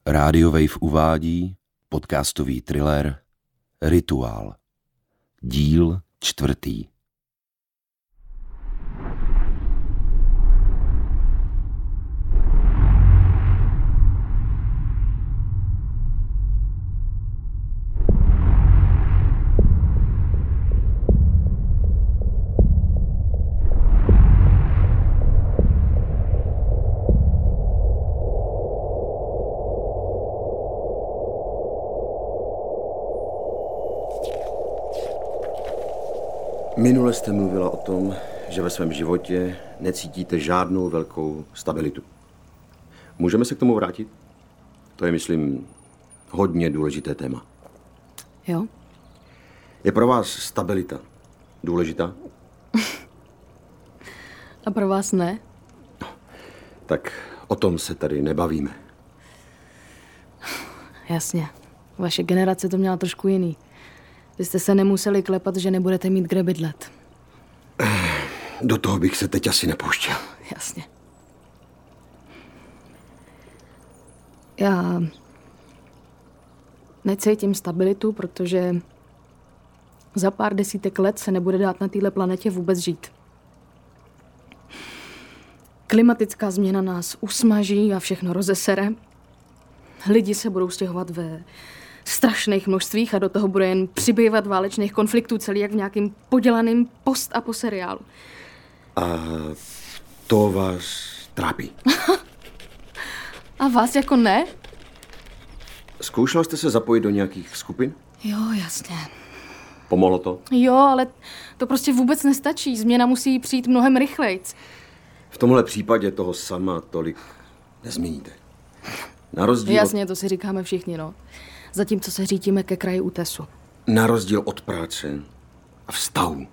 Radio Wave uvádí podcastový thriller Rituál. Díl 4. Minule jste mluvila o tom, že ve svém životě necítíte žádnou velkou stabilitu. Můžeme se k tomu vrátit? To je, myslím, hodně důležité téma. Jo. Je pro vás stabilita důležitá? A pro vás ne? Tak o tom se tady nebavíme. Jasně. Vaše generace to měla trošku jiný. Vy jste se nemuseli klepat, že nebudete mít kde bydlet. Do toho bych se teď asi nepouštěl. Jasně. Já necítím stabilitu, protože za pár desítek let se nebude dát na téhle planetě vůbec žít. Klimatická změna nás usmaží a všechno rozesere. Lidi se budou stěhovat ve strašných množstvích a do toho bude jen přibývat válečných konfliktů, celý jak v nějakým podělaným post-apo seriálu. A to vás trápí? A vás jako ne? Zkoušela jste se zapojit do nějakých skupin? Jo, jasně. Pomohlo to? Jo, ale to prostě vůbec nestačí. Změna musí přijít mnohem rychlejc. V tomhle případě toho sama tolik nezměníte. Na rozdíl Jasně, to si říkáme všichni, no. Zatímco se řítíme ke kraji útesu. Na rozdíl od práce a vztahu.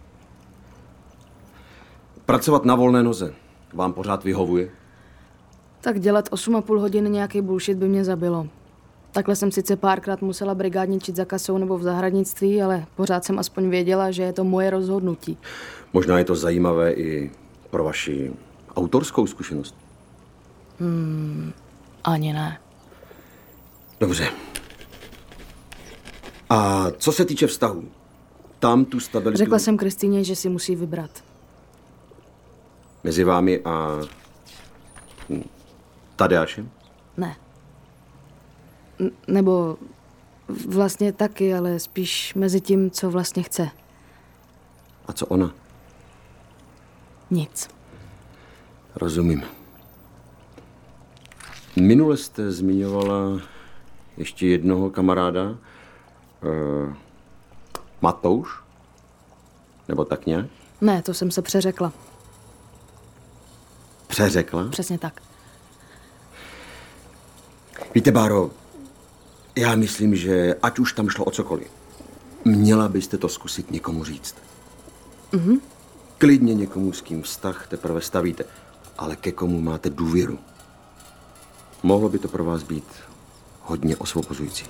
Pracovat na volné noze vám pořád vyhovuje? Tak dělat 8,5 hodiny nějaký bullshit by mě zabilo. Takhle jsem sice párkrát musela brigádničit za kasou nebo v zahradnictví, ale pořád jsem aspoň věděla, že je to moje rozhodnutí. Možná je to zajímavé i pro vaši autorskou zkušenost. Ani ne. Dobře. A co se týče vztahu, tam tu stabilitu... Řekla jsem Kristýně, že si musí vybrat. Mezi vámi a Tadeášem? Ne. Nebo vlastně taky, ale spíš mezi tím, co vlastně chce. A co ona? Nic. Rozumím. Minule jste zmiňovala ještě jednoho kamaráda, Matouš? Nebo tak nějak? Ne, to jsem se přeřekla. Přeřekla? Přesně tak. Víte, Báro, já myslím, že ať už tam šlo o cokoliv, měla byste to zkusit někomu říct. Klidně někomu, s kým vztah teprve stavíte, ale ke komu máte důvěru. Mohlo by to pro vás být hodně osvobozující.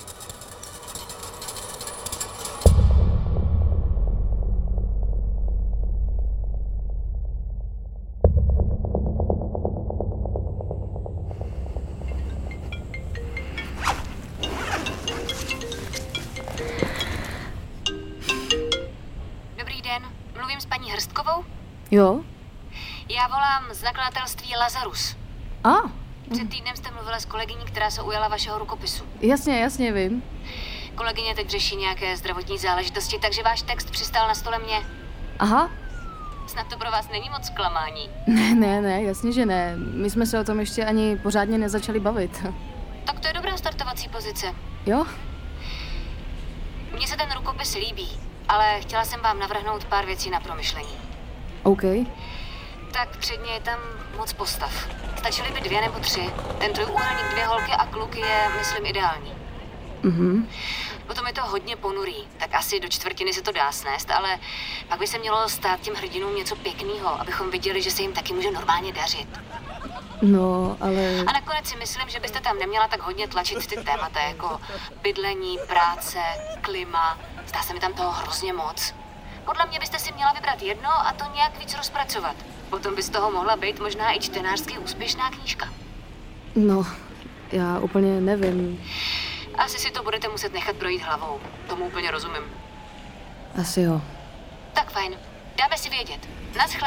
Dobrý den, mluvím s paní Hrstkovou? Jo? Já volám z nakladatelství Lazarus. Před týdnem jste mluvila s kolegyní, která se ujala vašeho rukopisu. Jasně, vím. Kolegyně teď řeší nějaké zdravotní záležitosti, takže váš text přistál na stole mě. Aha. Snad to pro vás není moc zklamání. Ne, jasně, že ne. My jsme se o tom ještě ani pořádně nezačali bavit. Tak to je dobrá startovací pozice. Jo? Mně se ten rukopis líbí, ale chtěla jsem vám navrhnout pár věcí na promyšlení. OK. Tak předně je tam moc postav. Stačily by 2 nebo 3. Ten trojúhelník 2 holky a kluk je, myslím, ideální. Potom je to hodně ponurý, tak asi do čtvrtiny se to dá snést, ale pak by se mělo stát těm hrdinům něco pěkného, abychom viděli, že se jim taky může normálně dařit. No, ale... A nakonec si myslím, že byste tam neměla tak hodně tlačit ty témata jako bydlení, práce, klima. Zdá se mi tam toho hrozně moc. Podle mě byste si měla vybrat jedno a to nějak víc rozpracovat. Potom by z toho mohla být možná i čtenářsky úspěšná knížka. No, Já úplně nevím. Asi si to budete muset nechat projít hlavou. Tomu úplně rozumím. Asi jo. Tak fajn. Dáme si vědět. Naschle.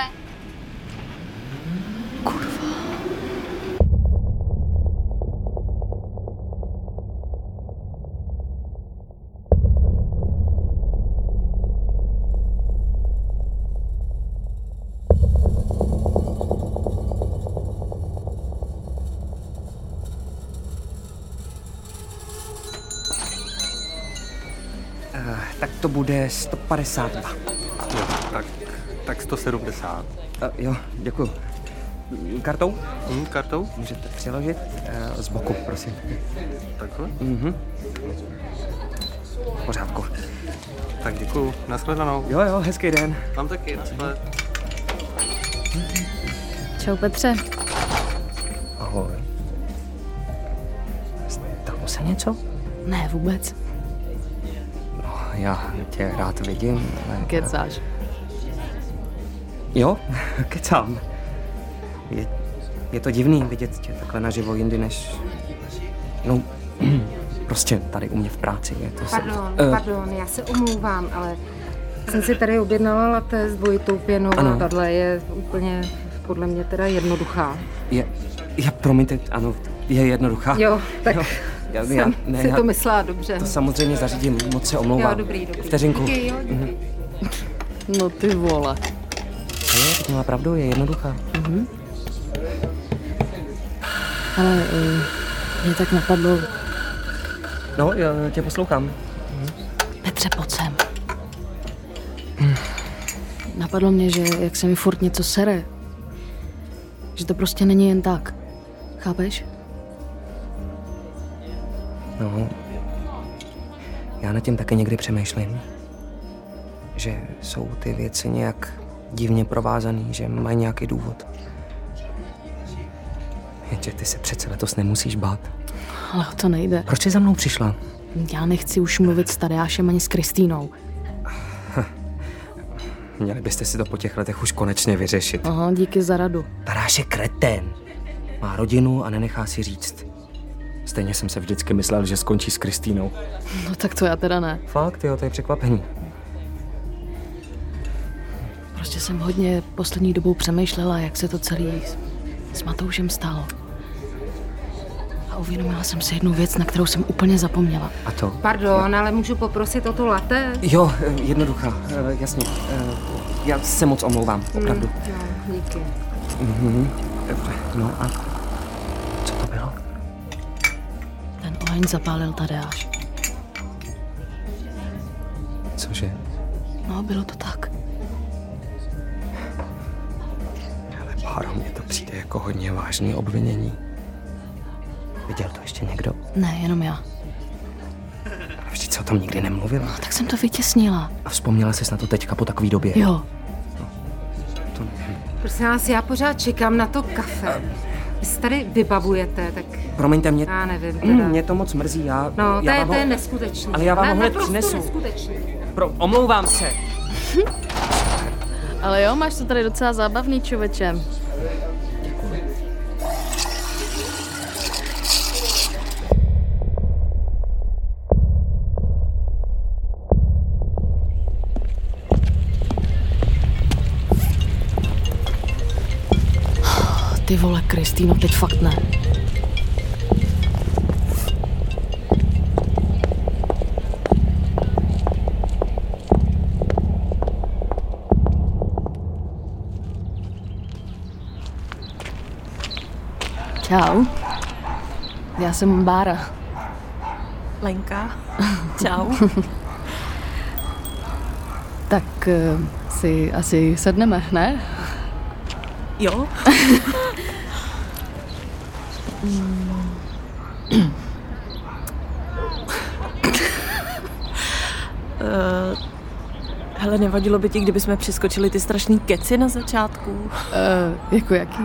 Tak to bude 152. Jo, tak 170. Jo, děkuju. Kartou? Kartou? Můžete přiložit? Z boku, prosím. Takhle? V pořádku. Tak děkuju. Naschledanou. Jo, hezký den. Tam taky, naschle. Čau, Petře. Ahoj. Stalo se něco? Ne, vůbec. No, já tě rád vidím, ale... Kecáš. Jo, kecám. Je to divný vidět tě takhle naživo jindy než... No, prostě tady u mě v práci. Je to Pardon, já se omlouvám, ale jsem si tady objednala latte s dvojitou pěnou a tahle je úplně podle mě teda jednoduchá. Promiňte, ano, je jednoduchá. Jo, tak já si to myslela dobře. To samozřejmě zařídím, moc se omlouvám. Jo, dobrý. Vteřinku. Díky. No ty vole. Teď měla pravdu, je jednoduchá. Ale mě tak napadlo. No, já tě poslouchám. Petře, pojď sem. Napadlo mě, že jak se mi furt něco sere, že to prostě není jen tak. Chápeš? No, já nad tím taky někdy přemýšlím, že jsou ty věci nějak divně provázaný, že mají nějaký důvod. Jenže ty se přece letos nemusíš bát. Ale o to nejde. Proč jsi za mnou přišla? Já nechci už mluvit s Tadeášem ani s Kristýnou. Měli byste si to po těch letech už konečně vyřešit. Aha, díky za radu. Tadeáš je kretén. Má rodinu a nenechá si říct. Stejně jsem se vždycky myslel, že skončí s Kristýnou. No tak to já teda ne. Fakt, jo, to je překvapení. Prostě jsem hodně poslední dobou přemýšlela, jak se to celý s Matoušem stalo. A uvědomila jsem si jednu věc, na kterou jsem úplně zapomněla. A to? Pardon, ale můžu poprosit o to latte? Jo, jednoduchá, jasně. Já se moc omlouvám, opravdu. Jo, díky. No a co to bylo? Ten oheň zapálil Tadeáš. Cože? No, bylo to tak. Ale Báro, mně to přijde jako hodně vážný obvinění. Viděl to ještě někdo? Ne, jenom já. Vždyť se o tom nikdy nemluvila. No, tak jsem to vytěsnila. A vzpomněla jsi na to teďka po takové době? Jo. To nevím. Prosím vás, já pořád čekám na to kafe. Vy se tady vybavujete, tak Promiňte mě. já nevím teda. Mě to moc mrzí, No, to je neskutečný. Ale já vám ho hned přinesu. Neskutečný. Omlouvám se. Ale jo, máš to tady docela zábavný, člověče. Ty vole, Kristýno, teď fakt ne. Čau. Já jsem Bára. Lenka. Čau. Tak si asi sedneme, ne? Jo? Hele, nevadilo by ti, kdybychom přiskočili ty strašný keci na začátku? Jako jaký?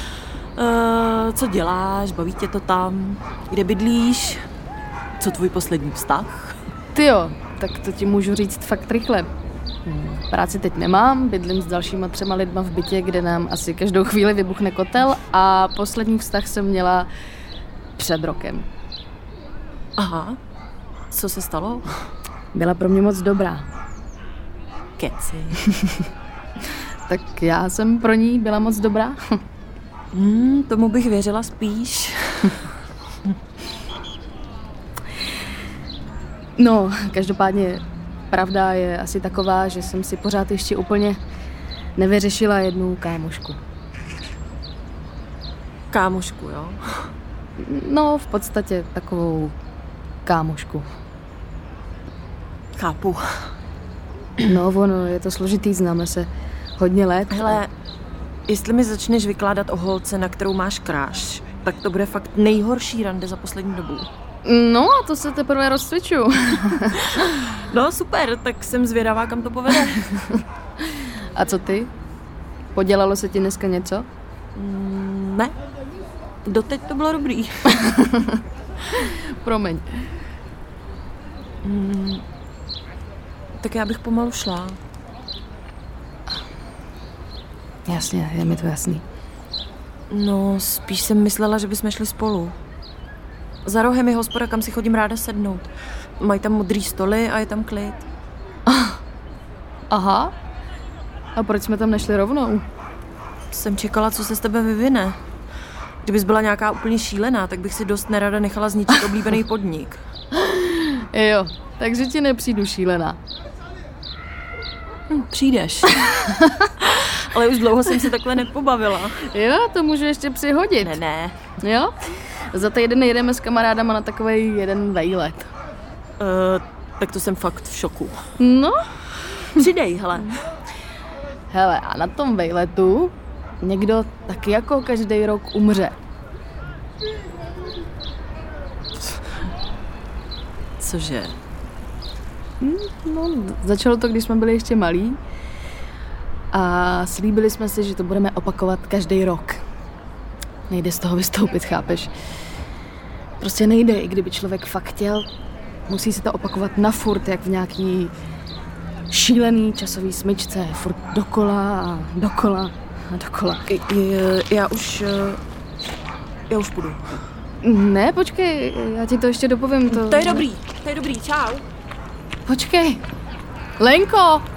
Co děláš? Baví tě to tam? Kde bydlíš? Co tvůj poslední vztah? Tyjo, tak to ti můžu říct fakt rychle. Práci teď nemám, bydlím s dalšíma 3 lidma v bytě, kde nám asi každou chvíli vybuchne kotel a poslední vztah jsem měla před rokem. Aha. Co se stalo? Byla pro mě moc dobrá. Keci. Tak já jsem pro ní byla moc dobrá. Tomu bych věřila spíš. No, každopádně pravda je asi taková, že jsem si pořád ještě úplně nevyřešila jednu kámošku. Kámošku, jo? No, v podstatě takovou kámošku. Chápu. No, ono, je to složitý, známe se hodně let. Hele, jestli mi začneš vykládat o holce, na kterou máš kráš, tak to bude fakt nejhorší rande za poslední dobu. No, a to se teprve rozcvičuju. No, super, tak jsem zvědavá, kam to povede. A co ty? Podělalo se ti dneska něco? Ne. Doteď to bylo dobrý. Promiň. Tak já bych pomalu šla. Jasně, je mi to jasný. No, spíš jsem myslela, že bychom šli spolu. Za rohem je hospoda, kam si chodím ráda sednout. Mají tam modrý stoly a je tam klid. Aha. A proč jsme tam nešli rovnou? Jsem čekala, co se z tebe vyvine. Kdybys byla nějaká úplně šílená, tak bych si dost nerada nechala zničit oblíbený podnik. Jo, takže ti nepřijdu šílená. Přijdeš. Ale už dlouho jsem se takhle nepobavila. Jo, to můžu ještě přihodit. Ne. Jo? Za týden jedeme s kamarádama na takovej jeden vejlet. Tak to jsem fakt v šoku. No? Přidej, hele. Hele, a na tom vejletu někdo taky jako každý rok umře. Cože? No, začalo to, když jsme byli ještě malí. A slíbili jsme si, že to budeme opakovat každý rok. Nejde z toho vystoupit, chápeš? Prostě nejde, i kdyby člověk fakt chtěl. Musí se to opakovat na furt, jak v nějaký šílený časový smyčce. Furt dokola a dokola a dokola. Já už půjdu. Ne, počkej, já ti to ještě dopovím. To je dobrý, čau. Počkej. Lenko!